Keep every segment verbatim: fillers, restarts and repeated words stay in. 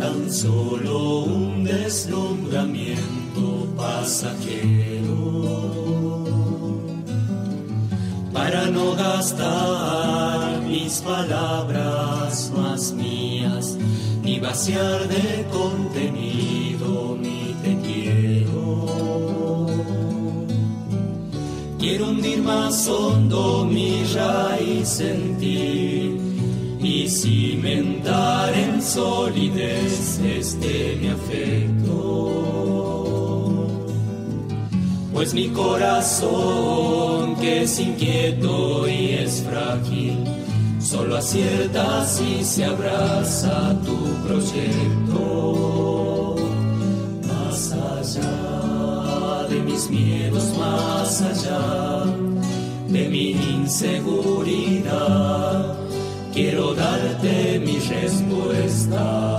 tan solo un deslumbramiento pasajero, para no gastar mis palabras más mías, ni vaciar de contenido mi te quiero. Quiero hundir más hondo mi raíz en ti y cimentar en solidez este mi afecto. Pues mi corazón, que es inquieto y es frágil, solo acierta si se abraza tu proyecto. Más allá de mis miedos, más allá de mi inseguridad, quiero darte mi respuesta.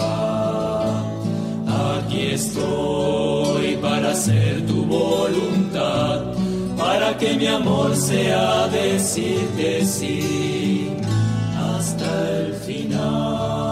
Aquí estoy para hacer tu voluntad, para que mi amor sea decirte sí hasta el final.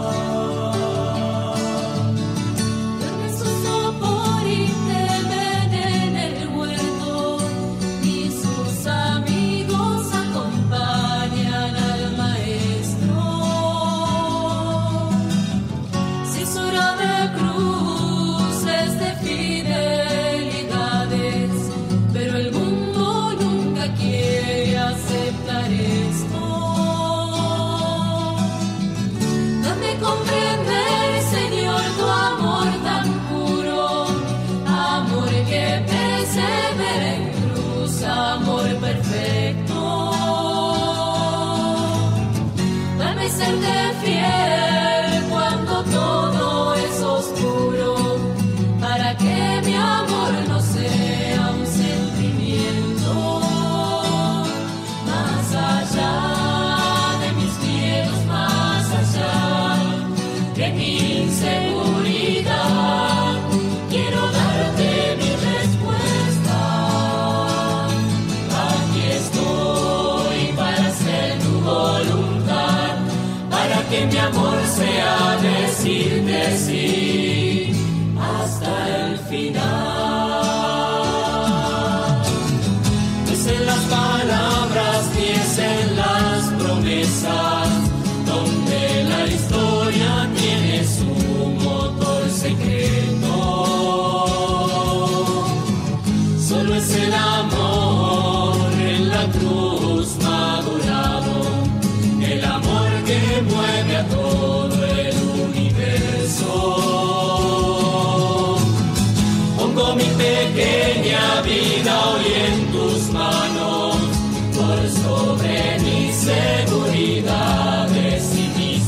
Que mi amor sea decirte sí hasta el final. No es en las palabras ni es en las promesas donde la historia tiene su motor secreto. Solo es el amor en la cruz madurado, el amor que mueve a todo el universo. Pongo mi pequeña vida hoy en tus manos, por sobre mis seguridades y mis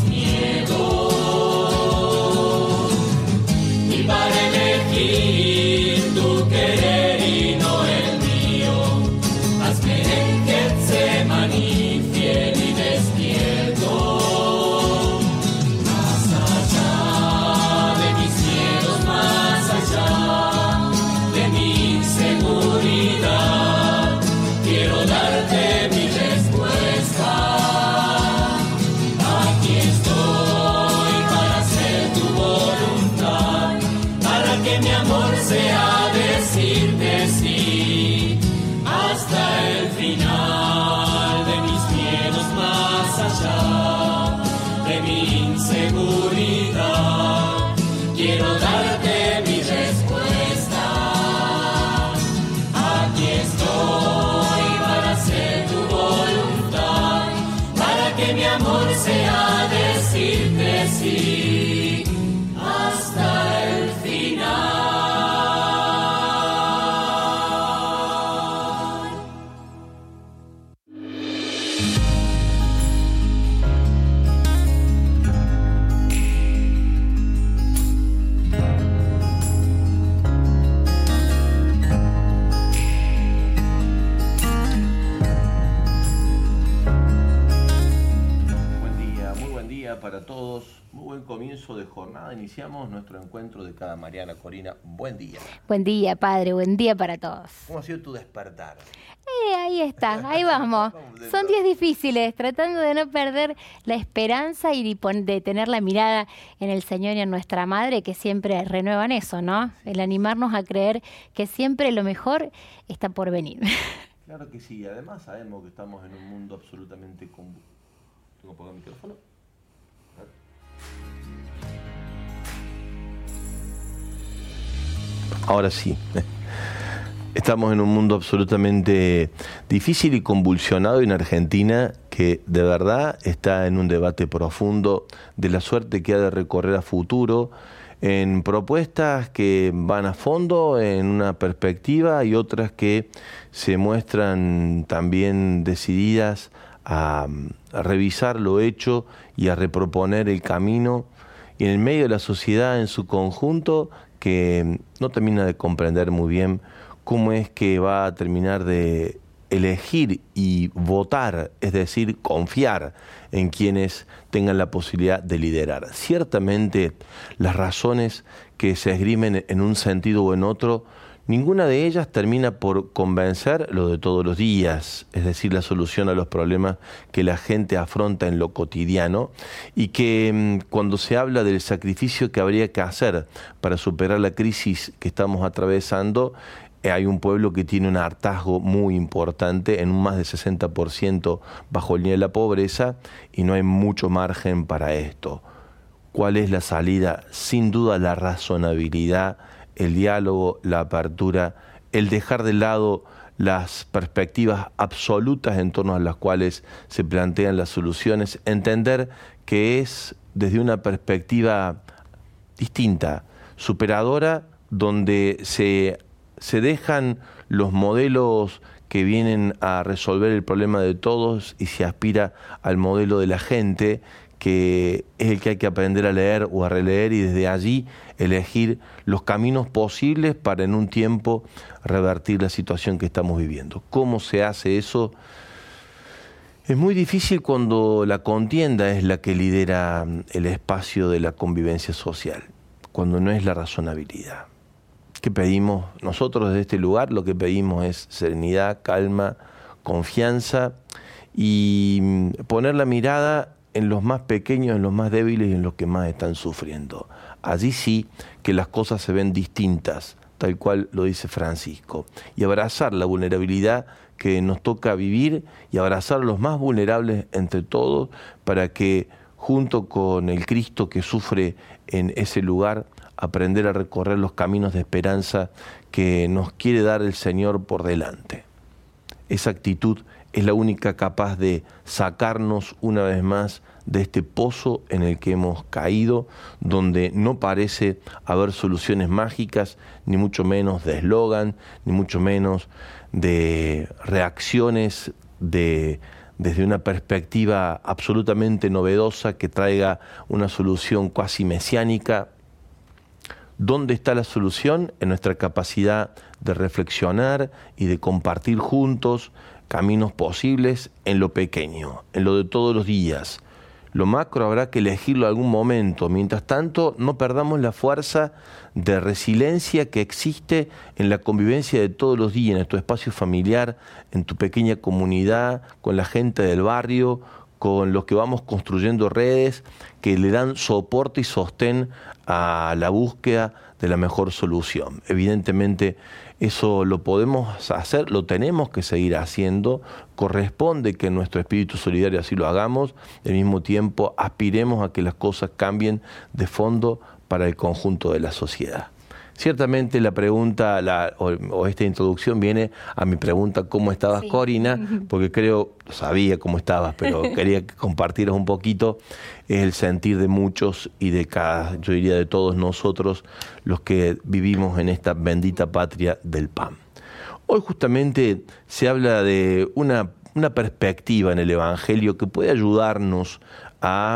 miedos. Y para elegir tu querer y no el mío, hazme en Getsemaní fiel y despierto. Quiero darte mi respuesta. Aquí estoy para hacer tu voluntad, para que mi amor sea decirte sí hasta el final de mis miedos, más allá de mi inseguridad. Quiero darte mi respuesta. Aquí estoy para hacer tu voluntad, para que mi amor sea decirte sí hasta el final. Para todos, muy buen comienzo de jornada. Iniciamos nuestro encuentro de cada Mariana. Corina, buen día. Buen día, padre, buen día para todos. ¿Cómo ha sido tu despertar? Eh, ahí está, ahí vamos. Son días difíciles, tratando de no perder la esperanza y de tener la mirada en el Señor y en nuestra Madre, que siempre renuevan eso, ¿no? El animarnos a creer que siempre lo mejor está por venir. Claro que sí, además sabemos que estamos en un mundo absolutamente... Con... ¿Tengo que poner el micrófono? Ahora sí. Estamos en un mundo absolutamente difícil y convulsionado en Argentina, que de verdad está en un debate profundo de la suerte que ha de recorrer a futuro, en propuestas que van a fondo en una perspectiva y otras que se muestran también decididas a, a revisar lo hecho y a reproponer el camino, y en el medio de la sociedad en su conjunto, que no termina de comprender muy bien cómo es que va a terminar de elegir y votar, es decir, confiar en quienes tengan la posibilidad de liderar. Ciertamente, las razones que se esgrimen en un sentido o en otro, ninguna de ellas termina por convencer lo de todos los días, es decir, la solución a los problemas que la gente afronta en lo cotidiano, y que cuando se habla del sacrificio que habría que hacer para superar la crisis que estamos atravesando, hay un pueblo que tiene un hartazgo muy importante, en un más de sesenta por ciento bajo el nivel de la pobreza, y no hay mucho margen para esto. ¿Cuál es la salida? Sin duda la razonabilidad, el diálogo, la apertura, el dejar de lado las perspectivas absolutas en torno a las cuales se plantean las soluciones, entender que es desde una perspectiva distinta, superadora, donde se... se dejan los modelos que vienen a resolver el problema de todos y se aspira al modelo de la gente, que es el que hay que aprender a leer o a releer, y desde allí elegir los caminos posibles para en un tiempo revertir la situación que estamos viviendo. ¿Cómo se hace eso? Es muy difícil cuando la contienda es la que lidera el espacio de la convivencia social, cuando no es la razonabilidad. ¿Qué pedimos? Nosotros desde este lugar lo que pedimos es serenidad, calma, confianza, y poner la mirada en los más pequeños, en los más débiles y en los que más están sufriendo. Allí sí que las cosas se ven distintas, tal cual lo dice Francisco, y abrazar la vulnerabilidad que nos toca vivir y abrazar a los más vulnerables entre todos, para que junto con el Cristo que sufre en ese lugar, aprender a recorrer los caminos de esperanza que nos quiere dar el Señor por delante. Esa actitud es la única capaz de sacarnos una vez más de este pozo en el que hemos caído, donde no parece haber soluciones mágicas, ni mucho menos de eslogan, ni mucho menos de reacciones de desde una perspectiva absolutamente novedosa que traiga una solución casi mesiánica. ¿Dónde está la solución? En nuestra capacidad de reflexionar y de compartir juntos caminos posibles en lo pequeño, en lo de todos los días. Lo macro habrá que elegirlo en algún momento. Mientras tanto, no perdamos la fuerza de resiliencia que existe en la convivencia de todos los días, en tu espacio familiar, en tu pequeña comunidad, con la gente del barrio, con los que vamos construyendo redes que le dan soporte y sostén a la búsqueda de la mejor solución. Evidentemente, eso lo podemos hacer, lo tenemos que seguir haciendo, corresponde que en nuestro espíritu solidario así lo hagamos, al mismo tiempo aspiremos a que las cosas cambien de fondo para el conjunto de la sociedad. Ciertamente la pregunta la, o, o esta introducción viene a mi pregunta ¿cómo estabas, sí, Corina? Porque creo, sabía cómo estabas, pero quería que compartieras un poquito el sentir de muchos y de cada, yo diría de todos nosotros, los que vivimos en esta bendita patria del pan. Hoy justamente se habla de una, una perspectiva en el Evangelio que puede ayudarnos a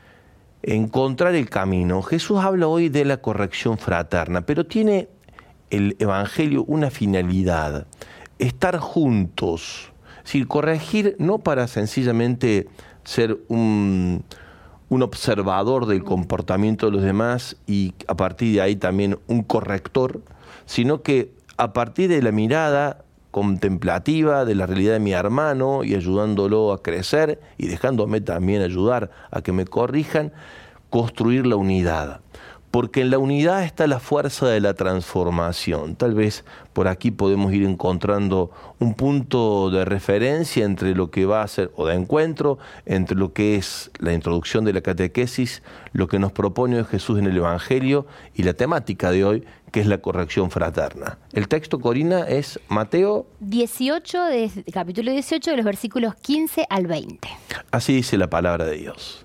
encontrar el camino. Jesús habla hoy de la corrección fraterna, pero tiene el Evangelio una finalidad: estar juntos. Es decir, corregir no para sencillamente ser un, un observador del comportamiento de los demás y a partir de ahí también un corrector, sino que a partir de la mirada contemplativa de la realidad de mi hermano y ayudándolo a crecer y dejándome también ayudar a que me corrijan, construir la unidad. Porque en la unidad está la fuerza de la transformación. Tal vez por aquí podemos ir encontrando un punto de referencia entre lo que va a ser, o de encuentro, entre lo que es la introducción de la catequesis, lo que nos propone Jesús en el Evangelio y la temática de hoy, que es la corrección fraterna. El texto, Corina, es Mateo dieciocho, de, capítulo dieciocho, de los versículos quince al veinte. Así dice la palabra de Dios.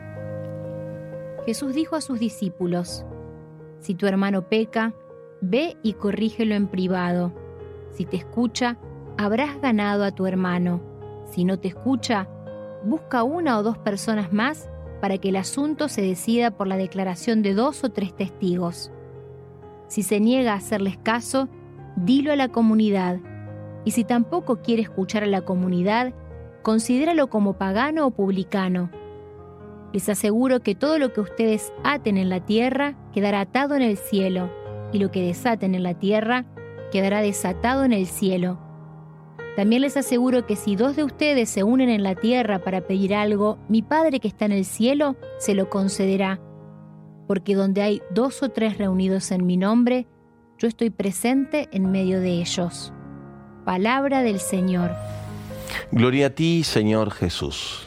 Jesús dijo a sus discípulos: si tu hermano peca, ve y corrígelo en privado. Si te escucha, habrás ganado a tu hermano. Si no te escucha, busca una o dos personas más para que el asunto se decida por la declaración de dos o tres testigos. Si se niega a hacerles caso, dilo a la comunidad. Y si tampoco quiere escuchar a la comunidad, considéralo como pagano o publicano. Les aseguro que todo lo que ustedes aten en la tierra quedará atado en el cielo, y lo que desaten en la tierra quedará desatado en el cielo. También les aseguro que si dos de ustedes se unen en la tierra para pedir algo, mi Padre que está en el cielo se lo concederá. Porque donde hay dos o tres reunidos en mi nombre, yo estoy presente en medio de ellos. Palabra del Señor. Gloria a ti, Señor Jesús.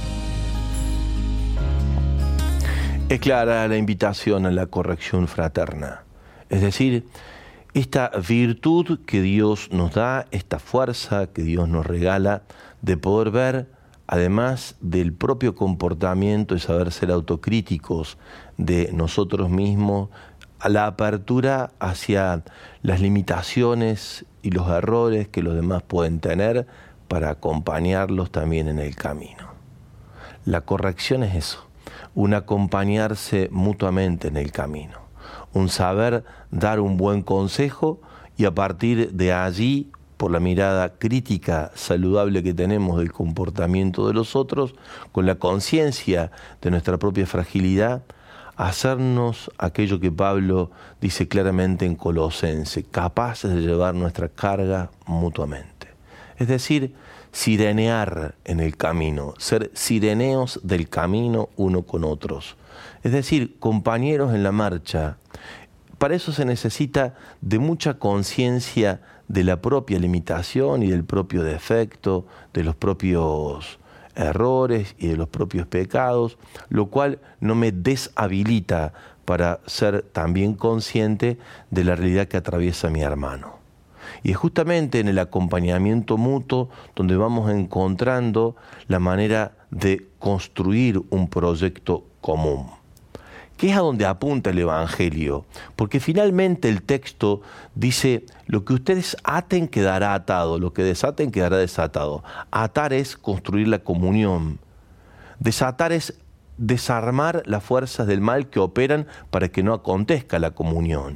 Es clara la invitación a la corrección fraterna, es decir, esta virtud que Dios nos da, esta fuerza que Dios nos regala de poder ver, además del propio comportamiento y saber ser autocríticos de nosotros mismos, a la apertura hacia las limitaciones y los errores que los demás pueden tener para acompañarlos también en el camino. La corrección es eso. Un acompañarse mutuamente en el camino, un saber dar un buen consejo y a partir de allí, por la mirada crítica saludable que tenemos del comportamiento de los otros, con la conciencia de nuestra propia fragilidad, hacernos aquello que Pablo dice claramente en Colosense, capaces de llevar nuestra carga mutuamente. Es decir, sirenear en el camino, ser sireneos del camino uno con otros. Es decir, compañeros en la marcha. Para eso se necesita de mucha conciencia de la propia limitación y del propio defecto, de los propios errores y de los propios pecados, lo cual no me deshabilita para ser también consciente de la realidad que atraviesa mi hermano. Y es justamente en el acompañamiento mutuo donde vamos encontrando la manera de construir un proyecto común, que es a donde apunta el Evangelio, porque finalmente el texto dice: lo que ustedes aten quedará atado, lo que desaten quedará desatado. Atar es construir la comunión, desatar es desarmar las fuerzas del mal que operan para que no acontezca la comunión.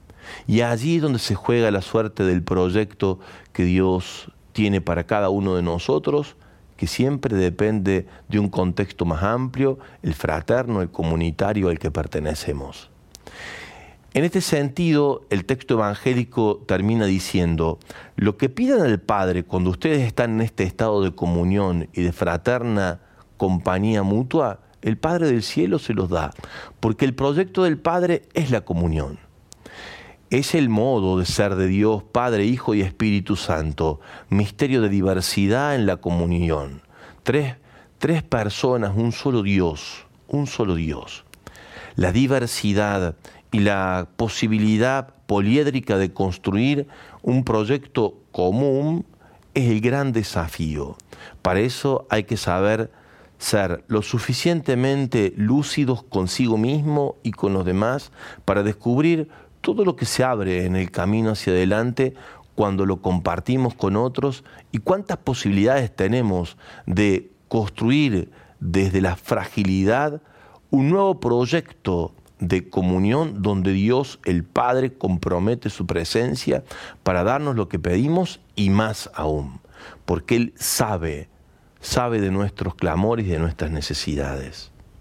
Y allí es donde se juega la suerte del proyecto que Dios tiene para cada uno de nosotros, que siempre depende de un contexto más amplio, el fraterno, el comunitario al que pertenecemos. En este sentido, el texto evangélico termina diciendo: lo que pidan al Padre cuando ustedes están en este estado de comunión y de fraterna compañía mutua, el Padre del cielo se los da, porque el proyecto del Padre es la comunión. Es el modo de ser de Dios, Padre, Hijo y Espíritu Santo, misterio de diversidad en la comunión. Tres, tres personas, un solo Dios, un solo Dios. La diversidad y la posibilidad poliédrica de construir un proyecto común es el gran desafío. Para eso hay que saber ser lo suficientemente lúcidos consigo mismo y con los demás para descubrir todo lo que se abre en el camino hacia adelante cuando lo compartimos con otros y cuántas posibilidades tenemos de construir desde la fragilidad un nuevo proyecto de comunión donde Dios, el Padre, compromete su presencia para darnos lo que pedimos y más aún, porque Él sabe, sabe de nuestros clamores y de nuestras necesidades.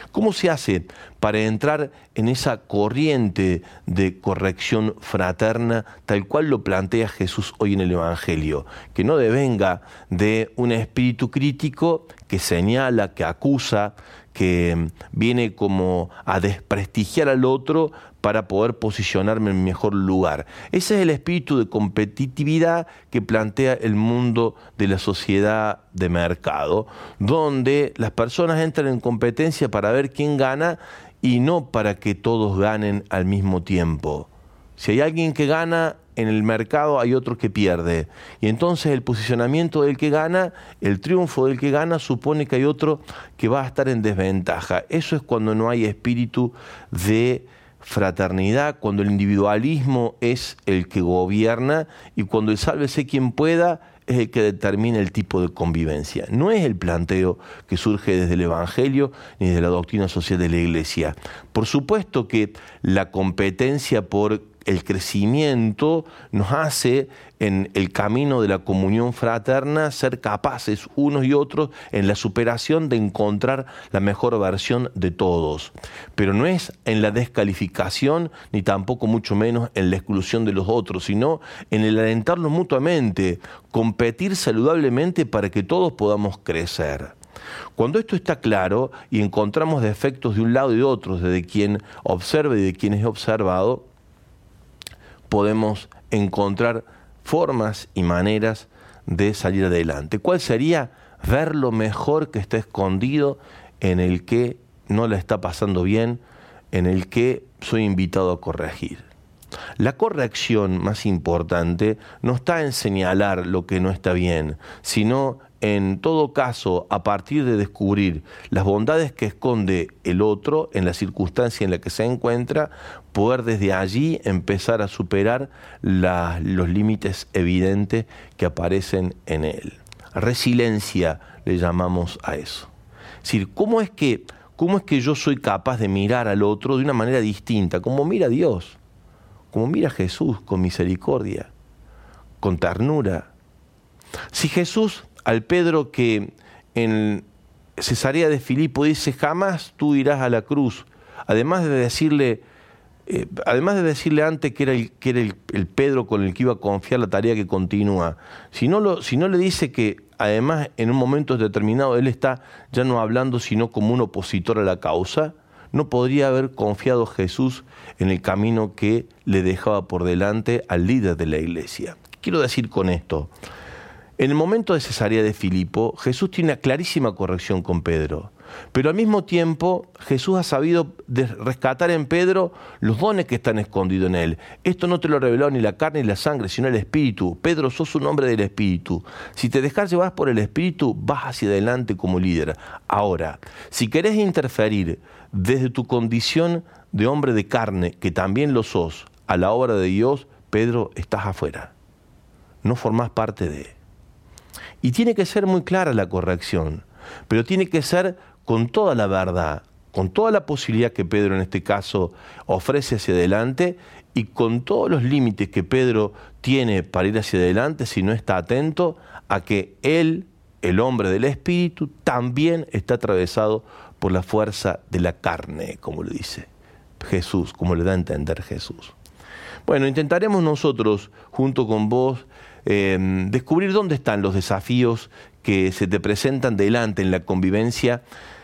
¿Cómo se hace para entrar en esa corriente de corrección fraterna tal cual lo plantea Jesús hoy en el Evangelio? Que no devenga de un espíritu crítico que señala, que acusa, que viene como a desprestigiar al otro para poder posicionarme en mejor lugar. Ese es el espíritu de competitividad que plantea el mundo de la sociedad de mercado, donde las personas entran en competencia para ver quién gana y no para que todos ganen al mismo tiempo. Si hay alguien que gana en el mercado, hay otro que pierde. Y entonces el posicionamiento del que gana, el triunfo del que gana, supone que hay otro que va a estar en desventaja. Eso es cuando no hay espíritu de fraternidad, cuando el individualismo es el que gobierna y cuando el sálvese quien pueda es el que determina el tipo de convivencia. No es el planteo que surge desde el Evangelio ni de la doctrina social de la Iglesia. Por supuesto que la competencia por el crecimiento nos hace en el camino de la comunión fraterna ser capaces unos y otros en la superación de encontrar la mejor versión de todos. Pero no es en la descalificación ni tampoco mucho menos en la exclusión de los otros, sino en el alentarnos mutuamente, competir saludablemente para que todos podamos crecer. Cuando esto está claro y encontramos defectos de un lado y de otro, de quien observa y de quien es observado, podemos encontrar formas y maneras de salir adelante. ¿Cuál sería? Ver lo mejor que está escondido en el que no la está pasando bien, en el que soy invitado a corregir. La corrección más importante no está en señalar lo que no está bien, sino en todo caso, a partir de descubrir las bondades que esconde el otro en la circunstancia en la que se encuentra, poder desde allí empezar a superar la, los límites evidentes que aparecen en él. Resiliencia le llamamos a eso. Es decir, ¿cómo es que, cómo es que yo soy capaz de mirar al otro de una manera distinta, como mira Dios, como mira Jesús, con misericordia, con ternura? Si Jesús al Pedro que en Cesarea de Filipo dice, jamás tú irás a la cruz, además de decirle, eh, además de decirle antes que era, el, que era el, el Pedro con el que iba a confiar la tarea que continúa, si no, lo, si no le dice que además en un momento determinado él está ya no hablando sino como un opositor a la causa, no podría haber confiado Jesús en el camino que le dejaba por delante al líder de la iglesia. ¿Qué quiero decir con esto? En el momento de Cesarea de Filipo, Jesús tiene una clarísima corrección con Pedro, pero al mismo tiempo Jesús ha sabido rescatar en Pedro los dones que están escondidos en él. Esto no te lo reveló ni la carne ni la sangre, sino el Espíritu. Pedro, sos un hombre del Espíritu. Si te dejas llevar por el Espíritu, vas hacia adelante como líder. Ahora, si querés interferir desde tu condición de hombre de carne, que también lo sos, a la obra de Dios, Pedro, estás afuera. No formás parte de él. Y tiene que ser muy clara la corrección, pero tiene que ser con toda la verdad, con toda la posibilidad que Pedro en este caso ofrece hacia adelante y con todos los límites que Pedro tiene para ir hacia adelante si no está atento a que él, el hombre del Espíritu, también está atravesado por la fuerza de la carne, como le dice Jesús, como le da a entender Jesús. Bueno, intentaremos nosotros, junto con vos, Eh, descubrir dónde están los desafíos que se te presentan delante en la convivencia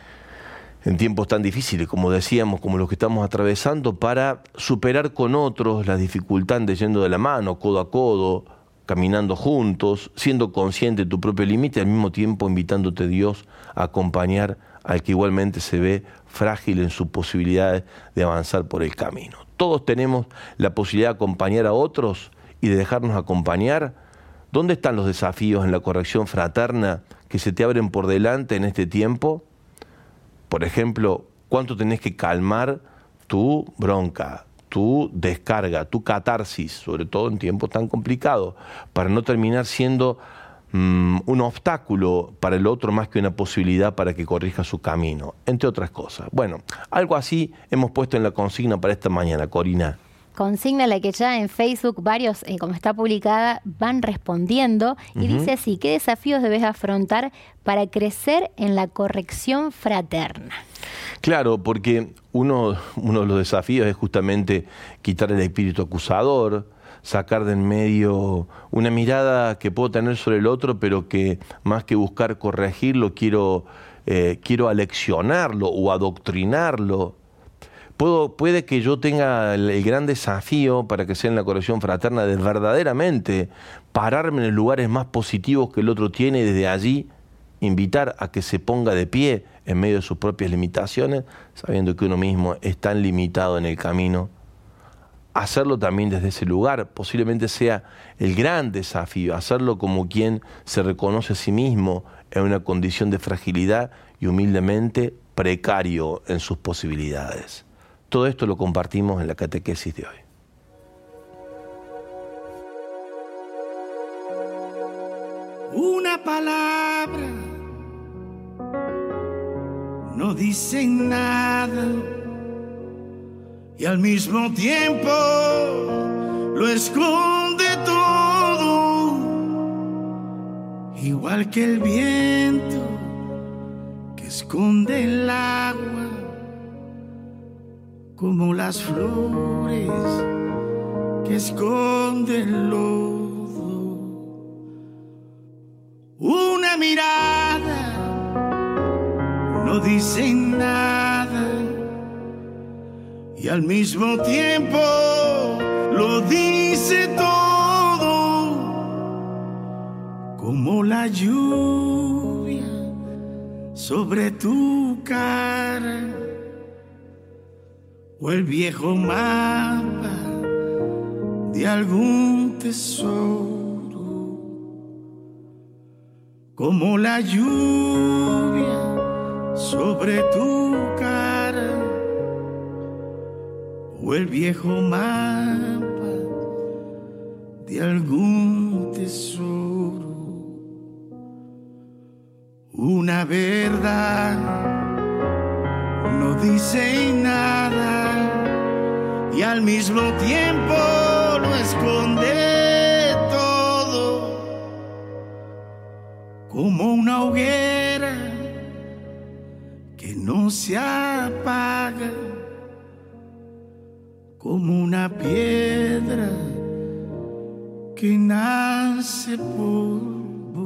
en tiempos tan difíciles, como decíamos, como los que estamos atravesando, para superar con otros las dificultades yendo de la mano, codo a codo, caminando juntos, siendo consciente de tu propio límite, al mismo tiempo invitándote Dios a acompañar al que igualmente se ve frágil en sus posibilidades de avanzar por el camino. Todos tenemos la posibilidad de acompañar a otros y de dejarnos acompañar. ¿Dónde están los desafíos en la corrección fraterna que se te abren por delante en este tiempo? Por ejemplo, ¿cuánto tenés que calmar tu bronca, tu descarga, tu catarsis, sobre todo en tiempos tan complicados, para no terminar siendo um, un obstáculo para el otro más que una posibilidad para que corrija su camino, entre otras cosas? Bueno, algo así hemos puesto en la consigna para esta mañana, Corina. consigna a la que ya en Facebook varios, eh, como está publicada, van respondiendo. Y uh-huh. dice así: ¿qué desafíos debes afrontar para crecer en la corrección fraterna? Claro, porque uno, uno de los desafíos es justamente quitar el espíritu acusador, sacar de en medio una mirada que puedo tener sobre el otro, pero que más que buscar corregirlo, quiero, eh, quiero aleccionarlo o adoctrinarlo. Puedo, puede que yo tenga el, el gran desafío para que sea en la corrección fraterna de verdaderamente pararme en los lugares más positivos que el otro tiene y desde allí invitar a que se ponga de pie en medio de sus propias limitaciones, sabiendo que uno mismo es tan limitado en el camino. Hacerlo también desde ese lugar posiblemente sea el gran desafío, hacerlo como quien se reconoce a sí mismo en una condición de fragilidad y humildemente precario en sus posibilidades. Todo esto lo compartimos en la catequesis de hoy. Una palabra no dice nada y al mismo tiempo lo esconde todo, igual que el viento que esconde el agua, como las flores que esconde el lodo. Una mirada no dice nada y al mismo tiempo lo dice todo, como la lluvia sobre tu cara o el viejo mapa de algún tesoro, como la lluvia sobre tu cara o el viejo mapa de algún tesoro. Una verdad no dice nada y al mismo tiempo lo esconde todo, como una hoguera que no se apaga, como una piedra que nace polvo.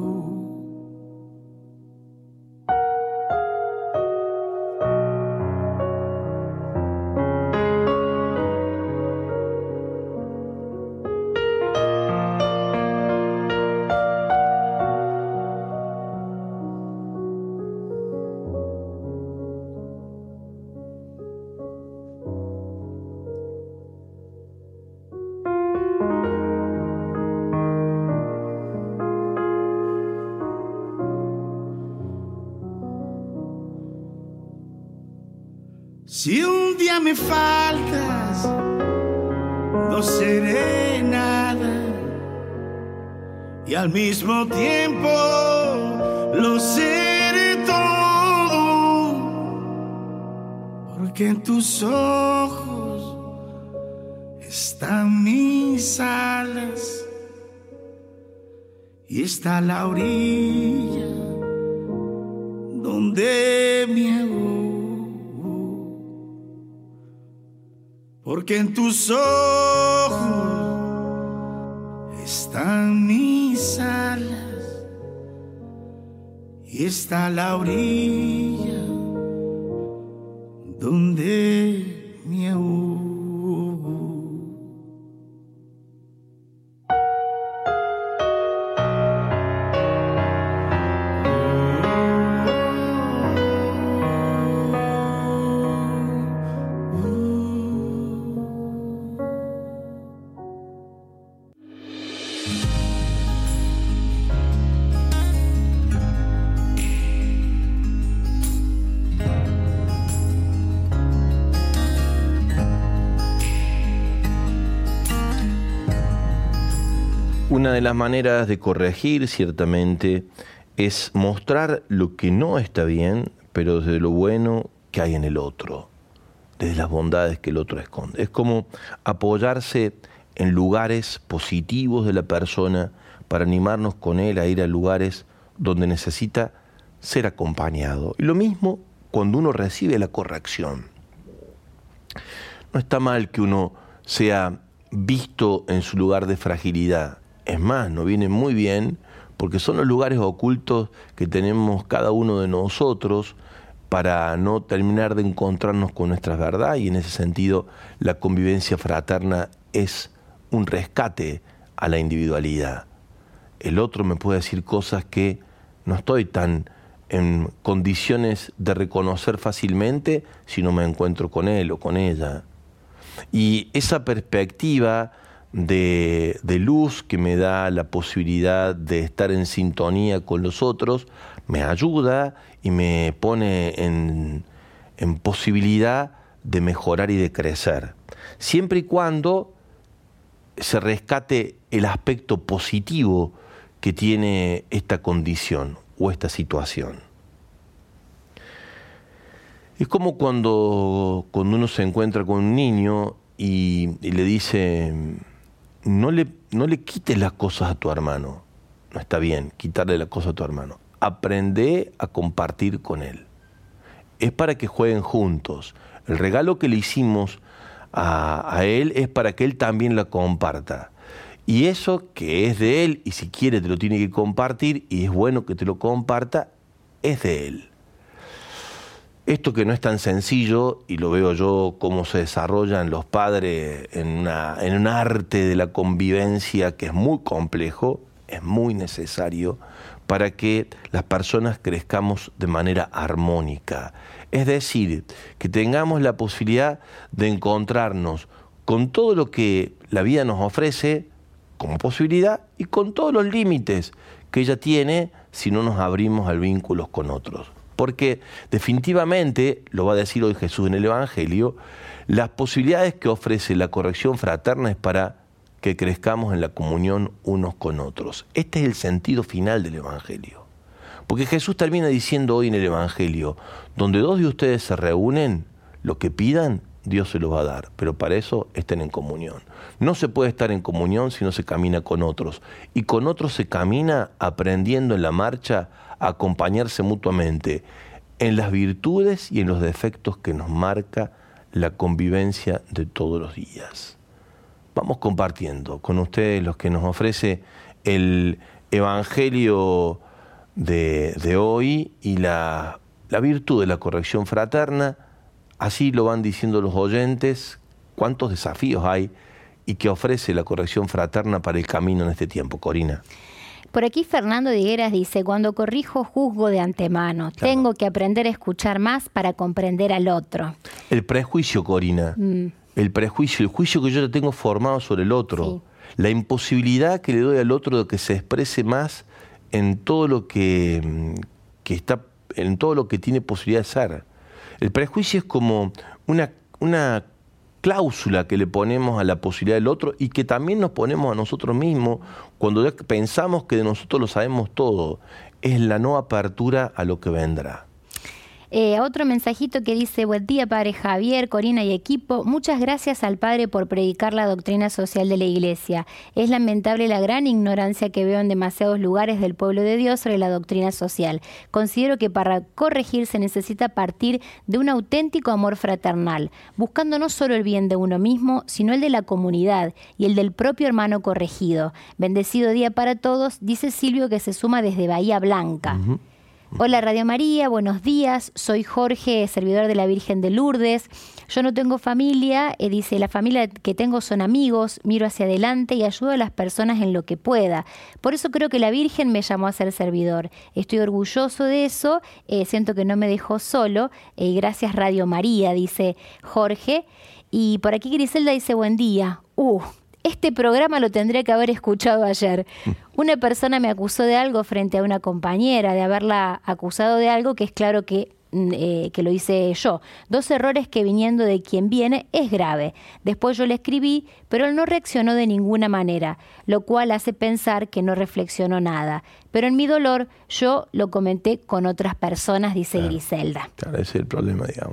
Si un día me faltas, no seré nada y al mismo tiempo lo seré todo, porque en tus ojos están mis alas y está la orilla donde me ahogo. Porque en tus ojos están mis alas y está la orilla donde me ahogo. Una de las maneras de corregir, ciertamente, es mostrar lo que no está bien, pero desde lo bueno que hay en el otro. desde las bondades que el otro esconde. Es como apoyarse en lugares positivos de la persona para animarnos con él a ir a lugares donde necesita ser acompañado. Y lo mismo cuando uno recibe la corrección. No está mal que uno sea visto en su lugar de fragilidad. Es más, nos viene muy bien porque son los lugares ocultos que tenemos cada uno de nosotros para no terminar de encontrarnos con nuestra verdad, y en ese sentido la convivencia fraterna es un rescate a la individualidad. El otro me puede decir cosas que no estoy tan en condiciones de reconocer fácilmente si no me encuentro con él o con ella. Y esa perspectiva de, de luz que me da la posibilidad de estar en sintonía con los otros me ayuda y me pone en, en posibilidad de mejorar y de crecer. Siempre y cuando se rescate el aspecto positivo que tiene esta condición o esta situación. Es como cuando, cuando uno se encuentra con un niño y, y le dice, no le, no le quites las cosas a tu hermano. No está bien quitarle las cosas a tu hermano. Aprende a compartir con él. Es para que jueguen juntos. El regalo que le hicimos a, a él es para que él también la comparta. Y eso que es de él, y si quiere te lo tiene que compartir, y es bueno que te lo comparta, es de él. Esto que no es tan sencillo, y lo veo yo cómo se desarrollan los padres en, una, en un arte de la convivencia que es muy complejo, es muy necesario para que las personas crezcamos de manera armónica. Es decir, que tengamos la posibilidad de encontrarnos con todo lo que la vida nos ofrece como posibilidad y con todos los límites que ella tiene si no nos abrimos al vínculos con otros. Porque definitivamente, lo va a decir hoy Jesús en el Evangelio, las posibilidades que ofrece la corrección fraterna es para que crezcamos en la comunión unos con otros. Este es el sentido final del Evangelio. Porque Jesús termina diciendo hoy en el Evangelio, donde dos de ustedes se reúnen, lo que pidan, Dios se los va a dar, pero para eso estén en comunión. No se puede estar en comunión si no se camina con otros. Y con otros se camina aprendiendo en la marcha a acompañarse mutuamente en las virtudes y en los defectos que nos marca la convivencia de todos los días. Vamos compartiendo con ustedes los que nos ofrece el Evangelio de, de hoy y la, la virtud de la corrección fraterna. Así lo van diciendo los oyentes, cuántos desafíos hay y que ofrece la corrección fraterna para el camino en este tiempo. Corina. Por aquí Fernando de Higueras dice, cuando corrijo juzgo de antemano. Claro. Tengo que aprender a escuchar más para comprender al otro. El prejuicio, Corina. Mm. El prejuicio, el juicio que yo ya tengo formado sobre el otro. Sí. La imposibilidad que le doy al otro de que se exprese más en todo lo que, que está, en todo lo que tiene posibilidad de ser. El prejuicio es como una, una cláusula que le ponemos a la posibilidad del otro y que también nos ponemos a nosotros mismos cuando ya pensamos que de nosotros lo sabemos todo. Es la no apertura a lo que vendrá. Eh, otro mensajito que dice, buen día Padre Javier, Corina y equipo, muchas gracias al Padre por predicar la doctrina social de la Iglesia. Es lamentable la gran ignorancia que veo en demasiados lugares del pueblo de Dios sobre la doctrina social. Considero que para corregir se necesita partir de un auténtico amor fraternal, buscando no solo el bien de uno mismo, sino el de la comunidad y el del propio hermano corregido. Bendecido día para todos, dice Silvio que se suma desde Bahía Blanca. Uh-huh. Hola Radio María, buenos días, soy Jorge, servidor de la Virgen de Lourdes. Yo no tengo familia, eh, dice, la familia que tengo son amigos, miro hacia adelante y ayudo a las personas en lo que pueda. Por eso creo que la Virgen me llamó a ser servidor. Estoy orgulloso de eso, eh, siento que no me dejó solo. Eh, gracias Radio María, dice Jorge. Y por aquí Griselda dice, buen día. Uh, Este programa lo tendría que haber escuchado ayer. Una persona me acusó de algo frente a una compañera, de haberla acusado de algo que es claro que, eh, que lo hice yo. Dos errores que viniendo de quien viene es grave. Después yo le escribí, pero él no reaccionó de ninguna manera, lo cual hace pensar que no reflexionó nada. Pero en mi dolor yo lo comenté con otras personas, dice claro, Griselda. Claro, ese es el problema, digamos, ¿no?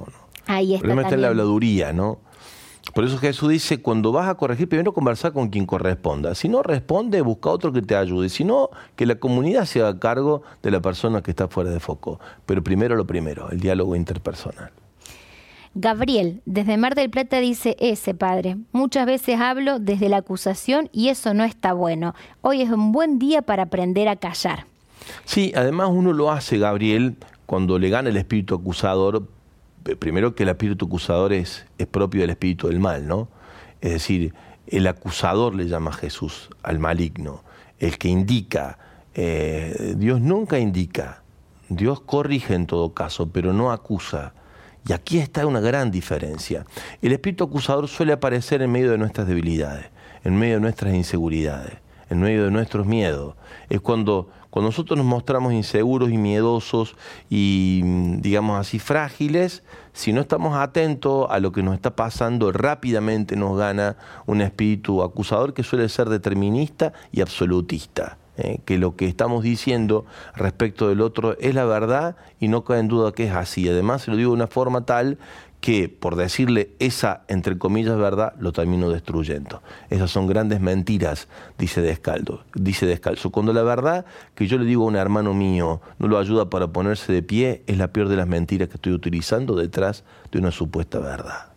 Ahí está. El problema está en la habladuría, ¿no? Por eso Jesús dice, cuando vas a corregir, primero conversar con quien corresponda. Si no responde, busca otro que te ayude. Si no, que la comunidad se haga cargo de la persona que está fuera de foco. Pero primero lo primero, el diálogo interpersonal. Gabriel, desde Mar del Plata, dice, ese padre, muchas veces hablo desde la acusación y eso no está bueno. Hoy es un buen día para aprender a callar. Sí, además uno lo hace, Gabriel, cuando le gana el espíritu acusador. Primero que el espíritu acusador es, es propio del espíritu del mal, ¿no? Es decir, el acusador le llama a Jesús al maligno, el que indica. Eh, Dios nunca indica, Dios corrige en todo caso, pero no acusa. Y aquí está una gran diferencia. El espíritu acusador suele aparecer en medio de nuestras debilidades, en medio de nuestras inseguridades, en medio de nuestros miedos. Es cuando... Cuando nosotros nos mostramos inseguros y miedosos y, digamos así, frágiles, si no estamos atentos a lo que nos está pasando, rápidamente nos gana un espíritu acusador que suele ser determinista y absolutista. Eh, que lo que estamos diciendo respecto del otro es la verdad y no cabe en duda que es así. Además, se lo digo de una forma tal que, por decirle esa, entre comillas, verdad, lo termino destruyendo. Esas son grandes mentiras, dice Descalzo. Dice Descalzo. Cuando la verdad que yo le digo a un hermano mío no lo ayuda para ponerse de pie, es la peor de las mentiras que estoy utilizando detrás de una supuesta verdad.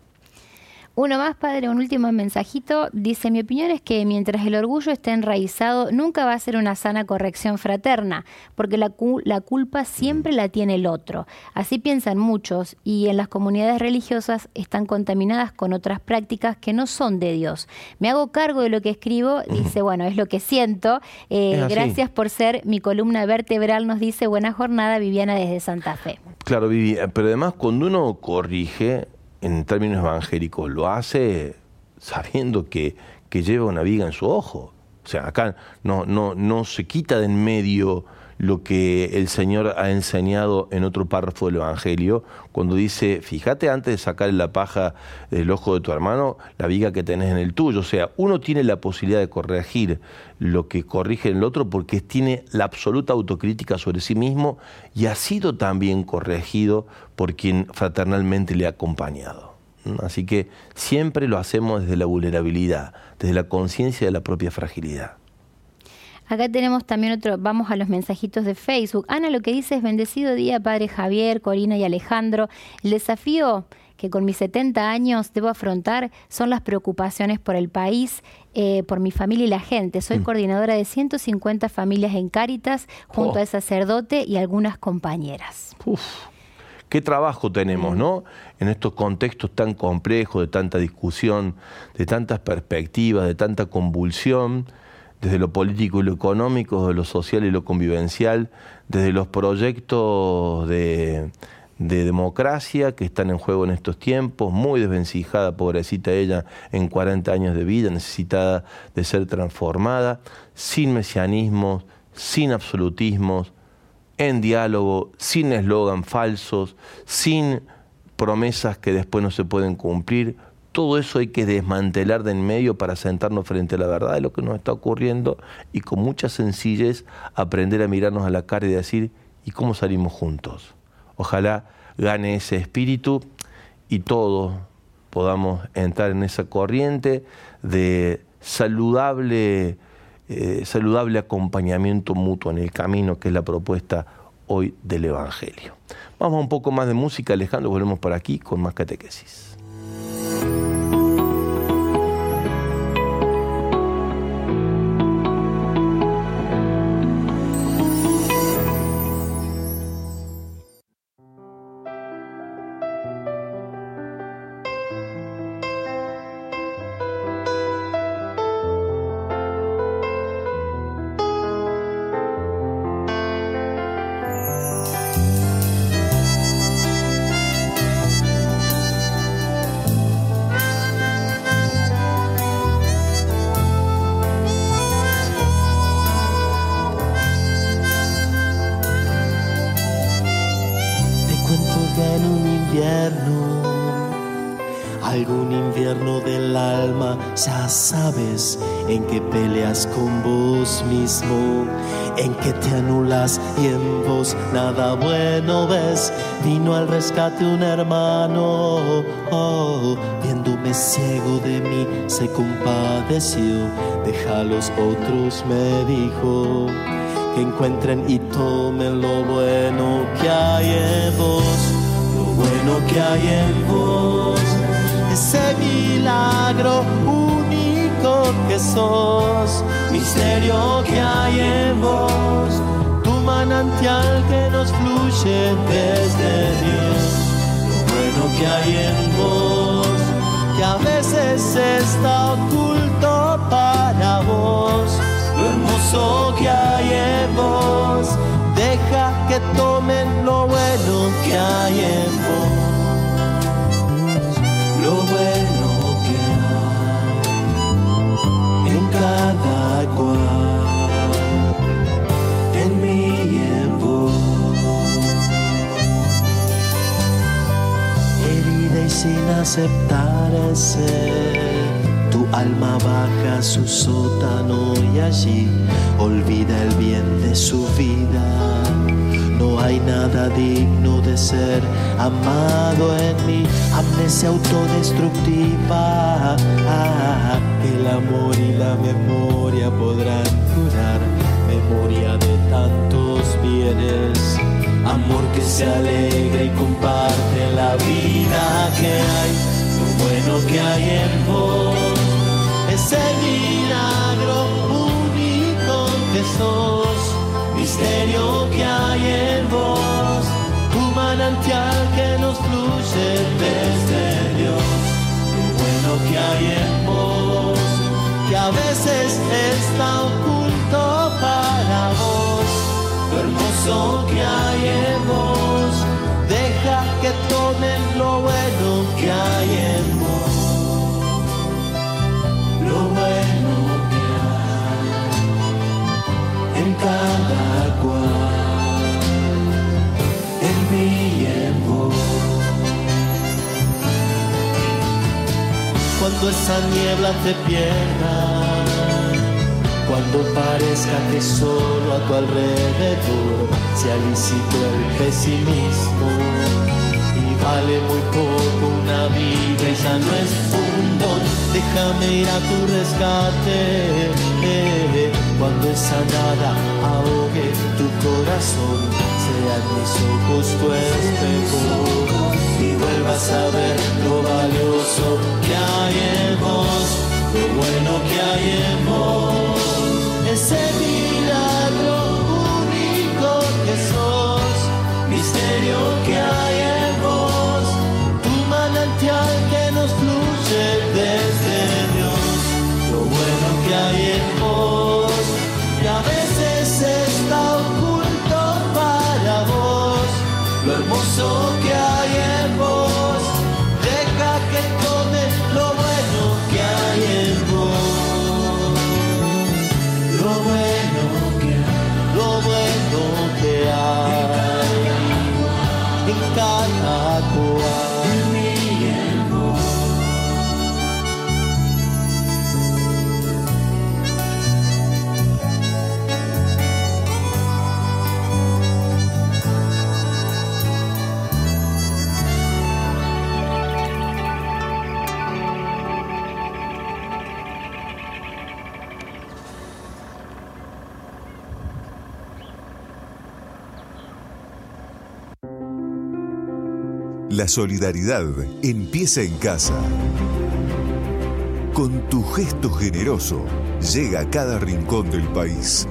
Uno más, padre, un último mensajito. Dice, mi opinión es que mientras el orgullo esté enraizado, nunca va a ser una sana corrección fraterna, porque la, cu- la culpa siempre la tiene el otro. Así piensan muchos, y en las comunidades religiosas están contaminadas con otras prácticas que no son de Dios. Me hago cargo de lo que escribo, dice, bueno, es lo que siento. Eh, gracias por ser mi columna vertebral, nos dice, buena jornada, Viviana desde Santa Fe. Claro, Vivi, pero además cuando uno corrige, en términos evangélicos, lo hace sabiendo que, que lleva una viga en su ojo. O sea, acá no, no, no se quita de en medio lo que el Señor ha enseñado en otro párrafo del Evangelio, cuando dice, fíjate antes de sacarle la paja del ojo de tu hermano, la viga que tenés en el tuyo. O sea, uno tiene la posibilidad de corregir lo que corrige en el otro porque tiene la absoluta autocrítica sobre sí mismo y ha sido también corregido por quien fraternalmente le ha acompañado. Así que siempre lo hacemos desde la vulnerabilidad, desde la conciencia de la propia fragilidad. Acá tenemos también otro, vamos a los mensajitos de Facebook. Ana lo que dice es, bendecido día, padre Javier, Corina y Alejandro. El desafío que con mis setenta años debo afrontar son las preocupaciones por el país, eh, por mi familia y la gente. Soy mm. coordinadora de ciento cincuenta familias en Cáritas, junto oh. al sacerdote y algunas compañeras. Uf. Qué trabajo tenemos, ¿no? En estos contextos tan complejos, de tanta discusión, de tantas perspectivas, de tanta convulsión, desde lo político y lo económico, desde lo social y lo convivencial, desde los proyectos de, de democracia que están en juego en estos tiempos, muy desvencijada, pobrecita ella, en cuarenta años de vida, necesitada de ser transformada, sin mesianismos, sin absolutismos, en diálogo, sin eslogan falsos, sin promesas que después no se pueden cumplir. Todo eso hay que desmantelar de en medio para sentarnos frente a la verdad de lo que nos está ocurriendo y con mucha sencillez aprender a mirarnos a la cara y decir, ¿y cómo salimos juntos? Ojalá gane ese espíritu y todos podamos entrar en esa corriente de saludable, eh, saludable acompañamiento mutuo en el camino, que es la propuesta hoy del Evangelio. Vamos a un poco más de música, Alejandro, volvemos por aquí con más catequesis. el alma, ya sabes en que peleas con vos mismo, en que te anulas y en vos nada bueno ves. Vino al rescate un hermano, oh, viéndome ciego de mí se compadeció. Deja a los otros, me dijo, que encuentren y tomen lo bueno que hay en vos. Lo bueno que hay en vos, ese milagro único que sos, misterio que hay en vos, tu manantial que nos fluye desde Dios. Lo bueno que hay en vos, que a veces está oculto para vos. Lo hermoso que hay en vos, deja que tomen lo bueno que hay en vos. Lo bueno que hay en cada cual, en mí y en vos. Herida y sin aceptar el ser, tu alma baja a su sótano y allí olvida el bien de su vida. No hay nada digno de ser amado en mí, amnesia autodestructiva. Ah, el amor y la memoria podrán curar, memoria de tantos bienes. Amor que se alegra y comparte la vida que hay. Lo bueno que hay en vos, ese milagro único que sos, misterio que hay en vos, tu manantial que nos fluye desde Dios. Lo bueno que hay en vos, que a veces está oculto para vos. Lo hermoso que hay en vos, deja que tomen lo bueno que hay en vos. Lo bueno que hay en cada cual, en mí y en vos. Cuando esa niebla te pierda, cuando parezca que solo a tu alrededor se lícito el pesimismo y vale muy poco una vida y ya no es un don, déjame ir a tu rescate. Eh, cuando esa nada ahogue tu corazón, sean mis ojos tu espejo y vuelvas a ver lo valioso que hay en vos, lo bueno que hay en vos. Ese milagro único que sos, misterio que hay en vos, tu manantial que nos fluye desde Dios. Lo bueno que hay en vos, que a veces está oculto para vos. Lo hermoso que hay en vos, deja que tome lo bueno que hay en vos. Lo bueno que hay, lo bueno que hay en cada cual, en mí y en vos. La solidaridad empieza en casa. Con tu gesto generoso llega a cada rincón del país.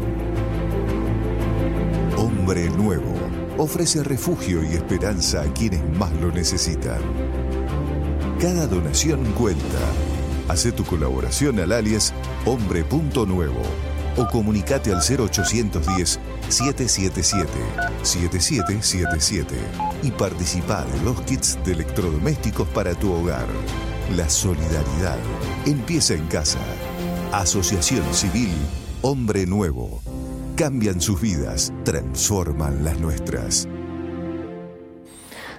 Hombre Nuevo ofrece refugio y esperanza a quienes más lo necesitan. Cada donación cuenta. Hace tu colaboración al alias hombre punto nuevo o comunicate al cero ochocientos diez, setecientos setenta y siete, setenta y siete setenta y siete y participa de los kits de electrodomésticos para tu hogar. La solidaridad empieza en casa. Asociación Civil Hombre Nuevo. Cambian sus vidas, transforman las nuestras.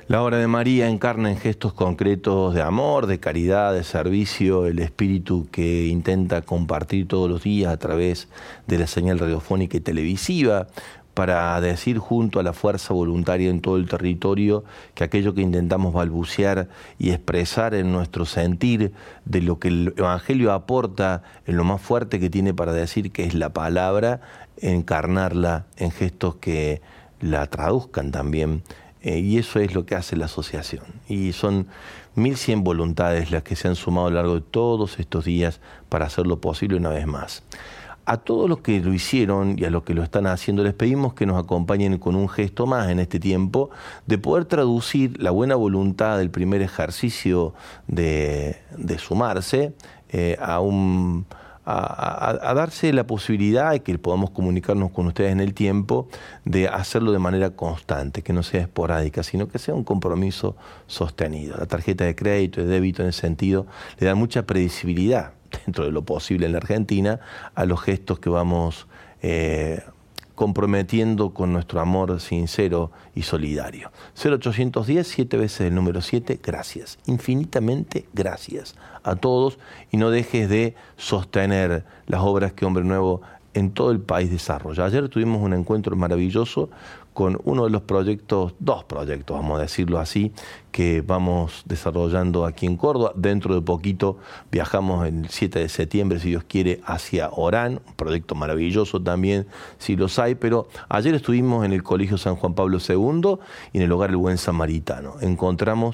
La obra de María encarna en gestos concretos de amor, de caridad, de servicio, el espíritu que intenta compartir todos los días a través de la señal radiofónica y televisiva, para decir junto a la fuerza voluntaria en todo el territorio que aquello que intentamos balbucear y expresar en nuestro sentir de lo que el Evangelio aporta, en lo más fuerte que tiene para decir, que es la palabra, encarnarla en gestos que la traduzcan también. Eh, y eso es lo que hace la asociación. Y son mil cien voluntades las que se han sumado a lo largo de todos estos días para hacerlo posible una vez más. A todos los que lo hicieron y a los que lo están haciendo, les pedimos que nos acompañen con un gesto más en este tiempo de poder traducir la buena voluntad del primer ejercicio de, de sumarse eh, a un... A, a, a darse la posibilidad de que podamos comunicarnos con ustedes en el tiempo, de hacerlo de manera constante, que no sea esporádica, sino que sea un compromiso sostenido. La tarjeta de crédito, de débito en ese sentido, le da mucha predecibilidad, dentro de lo posible en la Argentina, a los gestos que vamos eh, comprometiendo con nuestro amor sincero y solidario. cero ochocientos diez, siete veces el número siete, gracias. Infinitamente gracias a todos, y no dejes de sostener las obras que Hombre Nuevo en todo el país desarrolla. Ayer tuvimos un encuentro maravilloso con uno de los proyectos, dos proyectos, vamos a decirlo así, que vamos desarrollando aquí en Córdoba. Dentro de poquito viajamos el siete de septiembre, si Dios quiere, hacia Orán, un proyecto maravilloso también, si los hay, pero ayer estuvimos en el Colegio San Juan Pablo segundo y en el Hogar El Buen Samaritano. Encontramos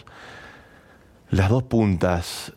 las dos puntas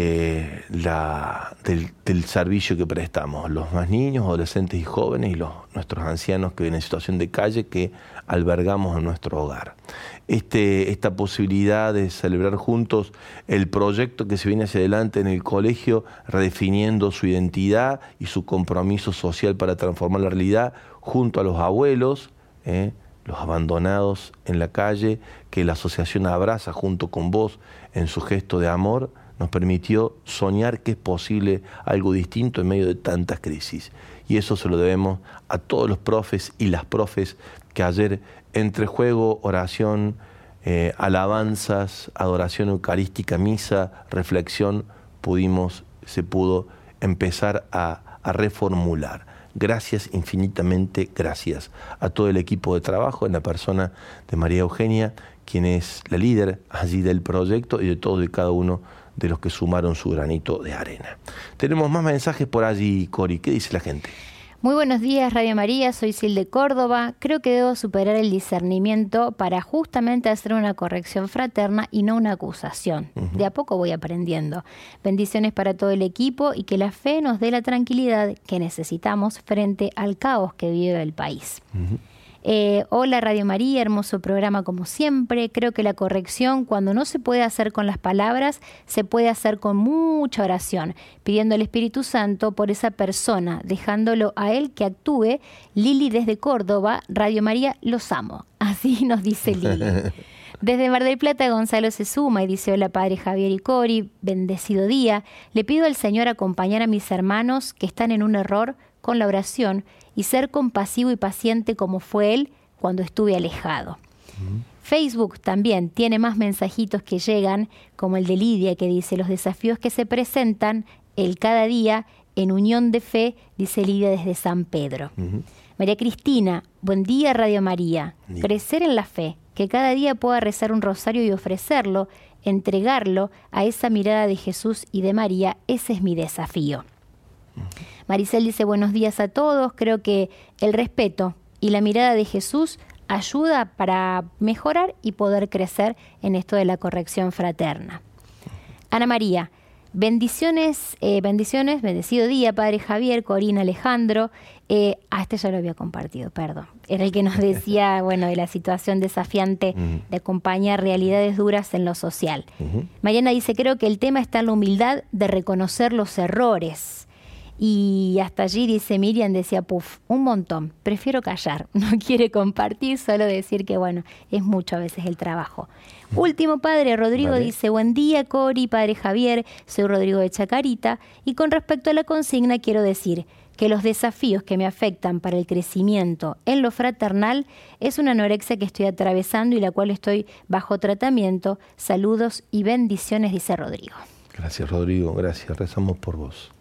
de la, del, del servicio que prestamos, los más niños, adolescentes y jóvenes, y los, nuestros ancianos que viven en situación de calle, que albergamos en nuestro hogar. Este, esta posibilidad de celebrar juntos el proyecto que se viene hacia adelante en el colegio, redefiniendo su identidad y su compromiso social para transformar la realidad, junto a los abuelos, ¿eh? los abandonados en la calle, que la asociación abraza junto con vos en su gesto de amor, nos permitió soñar que es posible algo distinto en medio de tantas crisis. Y eso se lo debemos a todos los profes y las profes que ayer, entre juego, oración, eh, alabanzas, adoración eucarística, misa, reflexión, pudimos, se pudo empezar a, a reformular. Gracias, infinitamente gracias a todo el equipo de trabajo, en la persona de María Eugenia, quien es la líder allí del proyecto, y de todos y cada uno de los que sumaron su granito de arena. Tenemos más mensajes por allí, Cori. ¿Qué dice la gente? Muy buenos días, Radio María, soy Sil de Córdoba. Creo que debo superar el discernimiento para justamente hacer una corrección fraterna y no una acusación. Uh-huh. De a poco voy aprendiendo. Bendiciones para todo el equipo y que la fe nos dé la tranquilidad que necesitamos frente al caos que vive el país. Uh-huh. Eh, hola Radio María, hermoso programa como siempre. Creo que la corrección, cuando no se puede hacer con las palabras, se puede hacer con mucha oración, pidiendo al Espíritu Santo por esa persona, dejándolo a él que actúe. Lili desde Córdoba, Radio María, los amo. Así nos dice Lili. Desde Mar del Plata, Gonzalo se suma y dice: hola Padre Javier y Cori, bendecido día. Le pido al Señor acompañar a mis hermanos que están en un error con la oración y ser compasivo y paciente como fue él cuando estuve alejado. Uh-huh. Facebook también tiene más mensajitos que llegan, como el de Lidia, que dice: los desafíos que se presentan el cada día en unión de fe, dice Lidia desde San Pedro. Uh-huh. María Cristina: buen día Radio María. Sí. Crecer en la fe, que cada día pueda rezar un rosario y ofrecerlo, entregarlo a esa mirada de Jesús y de María, ese es mi desafío. Uh-huh. Maricel dice: buenos días a todos. Creo que el respeto y la mirada de Jesús ayuda para mejorar y poder crecer en esto de la corrección fraterna. Ana María: bendiciones, eh, bendiciones, bendecido día, Padre Javier, Corina, Alejandro. Eh, ah, este ya lo había compartido, perdón. Era el que nos decía, bueno, de la situación desafiante uh-huh. de acompañar realidades duras en lo social. Uh-huh. Mariana dice: creo que el tema está en la humildad de reconocer los errores. Y hasta allí, dice Miriam, decía: puf, un montón, prefiero callar, no quiere compartir, solo decir que bueno, es mucho a veces el trabajo. Último padre, Rodrigo vale. Dice: buen día Cori, Padre Javier, soy Rodrigo de Chacarita, y con respecto a la consigna quiero decir que los desafíos que me afectan para el crecimiento en lo fraternal es una anorexia que estoy atravesando y la cual estoy bajo tratamiento. Saludos y bendiciones, dice Rodrigo. Gracias, Rodrigo, gracias, rezamos por vos.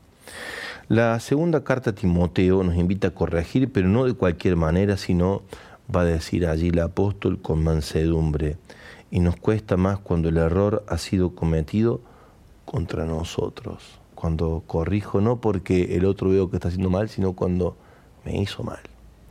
La segunda carta a Timoteo nos invita a corregir, pero no de cualquier manera, sino, va a decir allí el apóstol, con mansedumbre. Y nos cuesta más cuando el error ha sido cometido contra nosotros. Cuando corrijo, no porque el otro veo que está haciendo mal, sino cuando me hizo mal.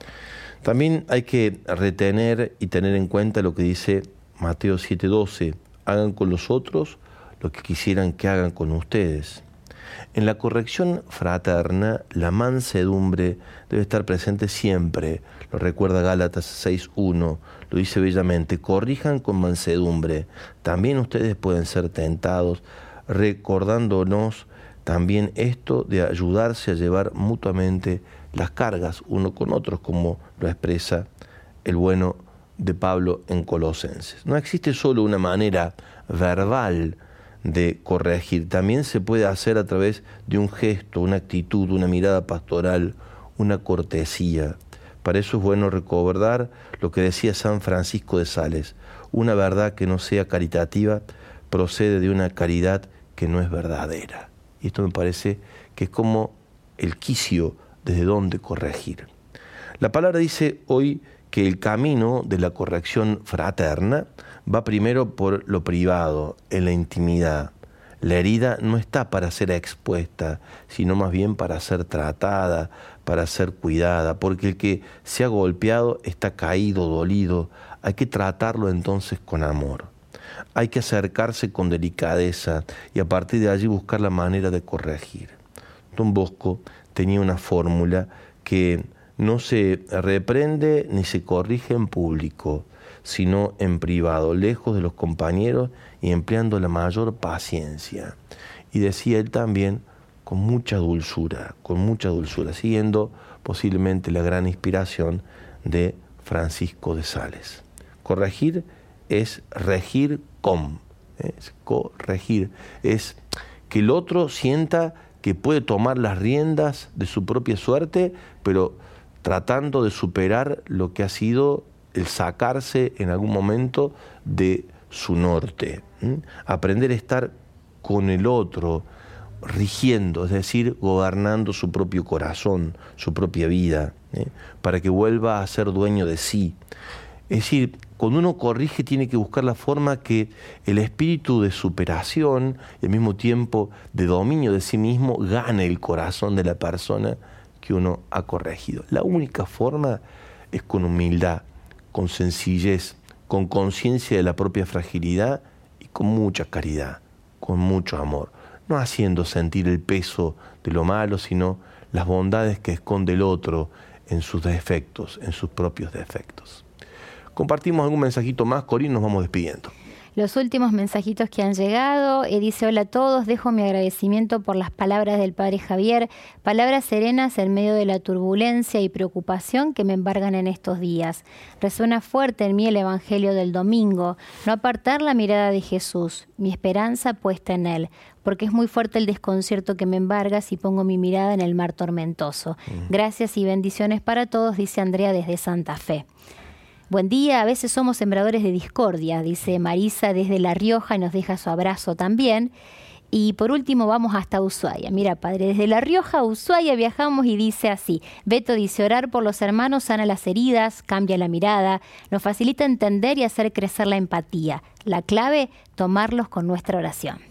También hay que retener y tener en cuenta lo que dice Mateo siete doce. Hagan con los otros lo que quisieran que hagan con ustedes. En la corrección fraterna, la mansedumbre debe estar presente siempre. Lo recuerda Gálatas seis uno, lo dice bellamente. Corrijan con mansedumbre. También ustedes pueden ser tentados, recordándonos también esto de ayudarse a llevar mutuamente las cargas uno con otros, como lo expresa el bueno de Pablo en Colosenses. No existe solo una manera verbal de corregir, también se puede hacer a través de un gesto, una actitud, una mirada pastoral, una cortesía. Para eso es bueno recordar lo que decía San Francisco de Sales: una verdad que no sea caritativa procede de una caridad que no es verdadera. Y esto me parece que es como el quicio desde donde corregir. La palabra dice hoy que el camino de la corrección fraterna va primero por lo privado, en la intimidad. La herida no está para ser expuesta, sino más bien para ser tratada, para ser cuidada, porque el que se ha golpeado está caído, dolido. Hay que tratarlo entonces con amor. Hay que acercarse con delicadeza y a partir de allí buscar la manera de corregir. Don Bosco tenía una fórmula que no se reprende ni se corrige en público, sino en privado, lejos de los compañeros y empleando la mayor paciencia. Y decía él también, con mucha dulzura, con mucha dulzura, siguiendo posiblemente la gran inspiración de Francisco de Sales. Corregir es regir con, es corregir, es que el otro sienta que puede tomar las riendas de su propia suerte, pero tratando de superar lo que ha sido el sacarse en algún momento de su norte. ¿Mm? Aprender a estar con el otro, rigiendo, es decir, gobernando su propio corazón, su propia vida, ¿eh? para que vuelva a ser dueño de sí. Es decir, cuando uno corrige tiene que buscar la forma que el espíritu de superación y al mismo tiempo de dominio de sí mismo gane el corazón de la persona que uno ha corregido. La única forma es con humildad, con sencillez, con conciencia de la propia fragilidad y con mucha caridad, con mucho amor. No haciendo sentir el peso de lo malo, sino las bondades que esconde el otro en sus defectos, en sus propios defectos. Compartimos algún mensajito más, Corín, nos vamos despidiendo. Los últimos mensajitos que han llegado, eh, dice: hola a todos, dejo mi agradecimiento por las palabras del Padre Javier, palabras serenas en medio de la turbulencia y preocupación que me embargan en estos días. Resuena fuerte en mí el Evangelio del domingo, no apartar la mirada de Jesús, mi esperanza puesta en Él, porque es muy fuerte el desconcierto que me embarga si pongo mi mirada en el mar tormentoso. Mm. Gracias y bendiciones para todos, dice Andrea desde Santa Fe. Buen día, a veces somos sembradores de discordia, dice Marisa desde La Rioja y nos deja su abrazo también. Y por último vamos hasta Ushuaia. Mira, padre, desde La Rioja a Ushuaia viajamos y dice así: Beto dice, orar por los hermanos sana las heridas, cambia la mirada, nos facilita entender y hacer crecer la empatía. La clave, tomarlos con nuestra oración.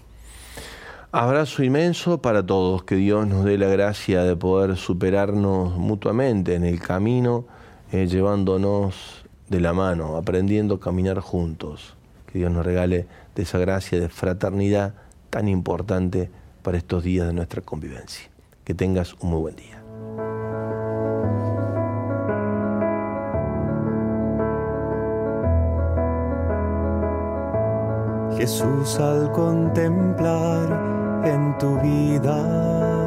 Abrazo inmenso para todos, que Dios nos dé la gracia de poder superarnos mutuamente en el camino, eh, llevándonos de la mano, aprendiendo a caminar juntos. Que Dios nos regale de esa gracia de fraternidad tan importante para estos días de nuestra convivencia. Que tengas un muy buen día. Jesús, al contemplar en tu vida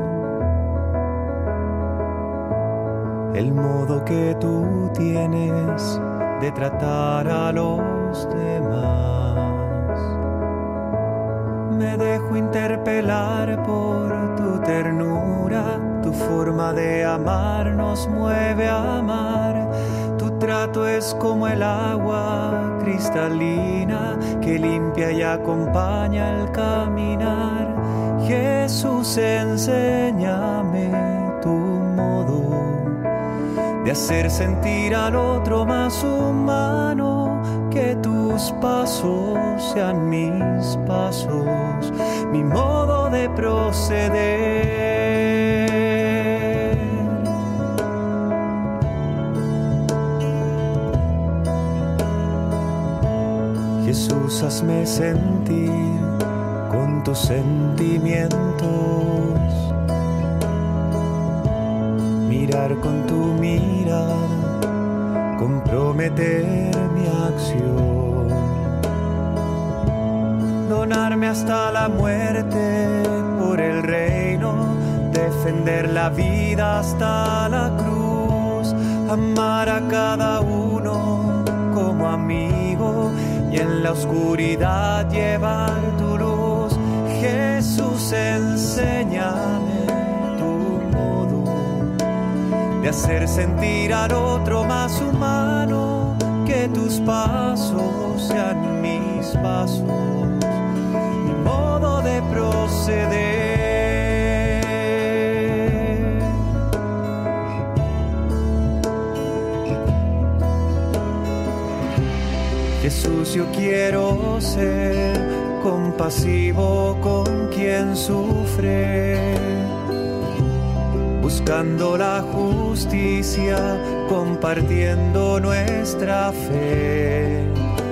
el modo que tú tienes de tratar a los demás, me dejo interpelar por tu ternura, tu Tu forma de amar nos mueve a amar. Tu trato es como el agua cristalina que limpia y acompaña el caminar. Jesús, enséñame tu modo de hacer sentir al otro más humano. Que tus pasos sean mis pasos, mi modo de proceder. Jesús, hazme sentir con tus sentimientos, mirar con tu mirada, comprometer mi acción, donarme hasta la muerte por el reino, defender la vida hasta la cruz, amar a cada uno como amigo y en la oscuridad llevar tu luz. Jesús, enséñame tu modo de hacer sentir al otro más humano. Que tus pasos sean mis pasos, mi modo de proceder. Jesús, yo quiero ser compasivo con quien sufre, buscando la justicia, compartiendo nuestra fe.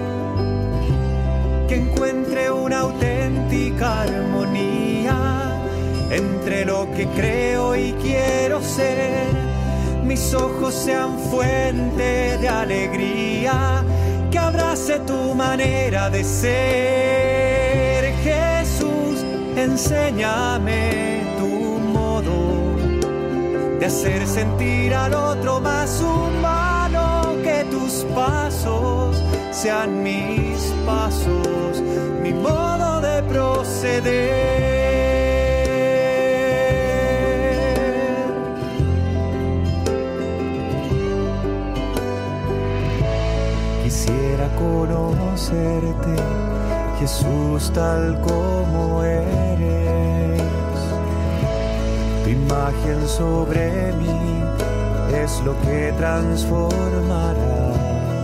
Que encuentre una auténtica armonía entre lo que creo y quiero ser. Mis ojos sean fuente de alegría, que abrace tu manera de ser. Jesús, enséñame tu modo de hacer sentir al otro más humano. Que tus pasos sean mis pasos, mi modo de proceder. Quisiera conocerte, Jesús, tal como eres. Tu imagen sobre mí es lo que transformará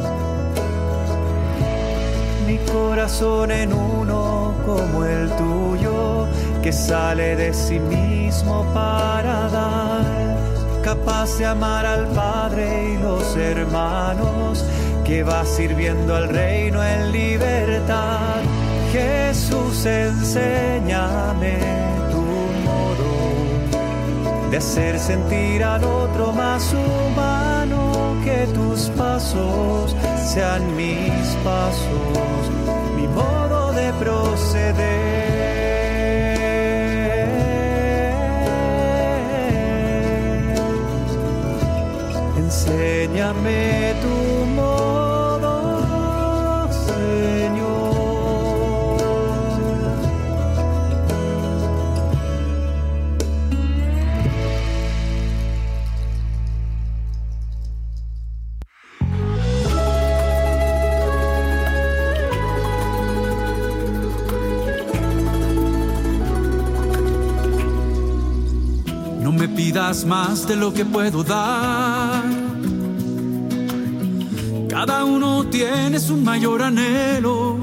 mi corazón en uno como el tuyo, que sale de sí mismo para dar, capaz de amar al Padre y los hermanos, que va sirviendo al reino en libertad. Jesús, enséñame tu modo de hacer sentir al otro más humano. Que tus pasos sean mis pasos, mi modo de proceder. Enséñame tu modo, Señor. No me pidas más de lo que puedo dar. Cada uno tiene su mayor anhelo.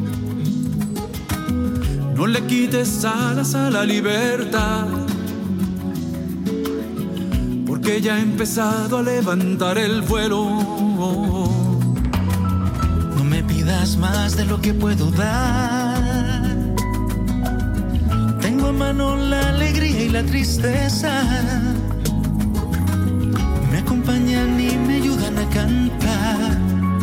No le quites alas a la libertad, porque ya ha empezado a levantar el vuelo. No me pidas más de lo que puedo dar. Tengo a mano la alegría y la tristeza. Me acompañan y me ayudan a cantar.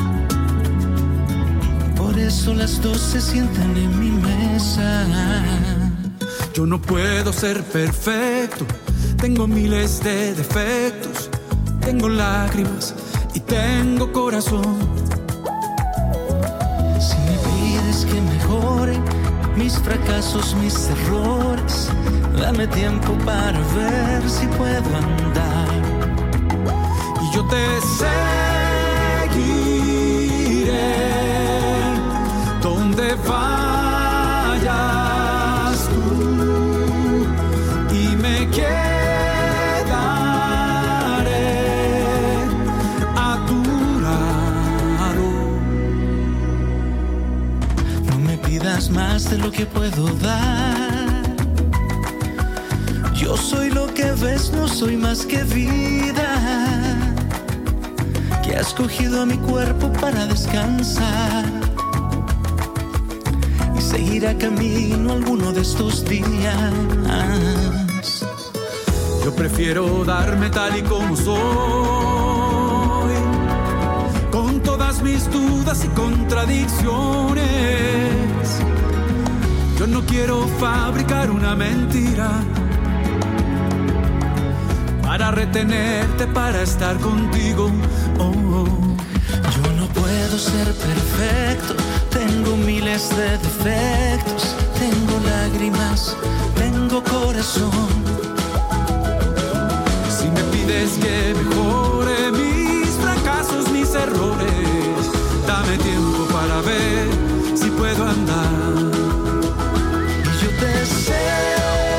Por eso las dos se sientan en mi mesa. Yo no puedo ser perfecto, tengo miles de defectos, tengo lágrimas y tengo corazón. Si me pides que mejore mis fracasos, mis errores, dame tiempo para ver si puedo andar. Y yo te seguiré donde vayas tú y me quedaré a tu lado. No me pidas más de lo que puedo dar. Yo soy lo que ves, no soy más que vida, que ha escogido a mi cuerpo para descansar y seguirá camino alguno de estos días. Yo prefiero darme tal y como soy, con todas mis dudas y contradicciones. Yo no quiero fabricar una mentira para retenerte, para estar contigo. Oh, oh. Yo no puedo ser perfecto, tengo miles de defectos, tengo lágrimas, tengo corazón. Si me pides que mejore mis fracasos, mis errores, dame tiempo para ver si puedo andar. Y yo te sé.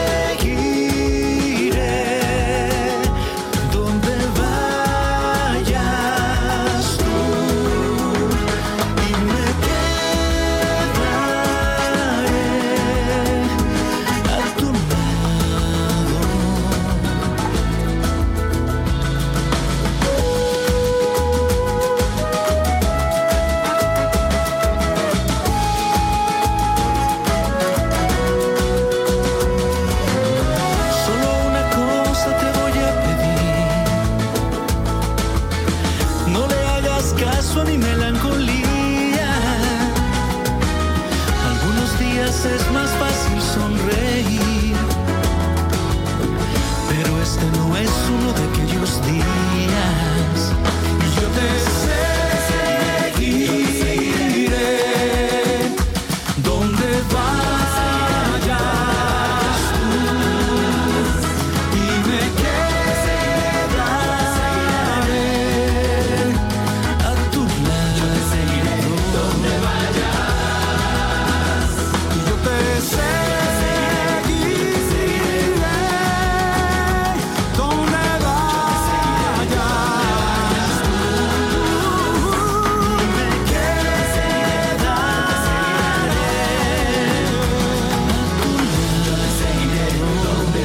A mi melancolía, algunos días es más fácil sonreír, pero este no es uno de aquellos días. Y yo te seguiré donde vayas tú y me quedaré a tu lado. donde vayas. Y yo te seguiré donde vayas tú y me quedaré donde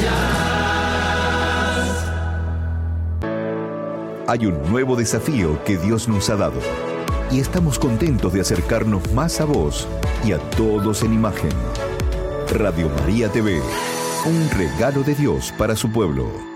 vayas. Hay un nuevo desafío que Dios nos ha dado y estamos contentos de acercarnos más a vos y a todos en imagen. Radio María T V, un regalo de Dios para su pueblo.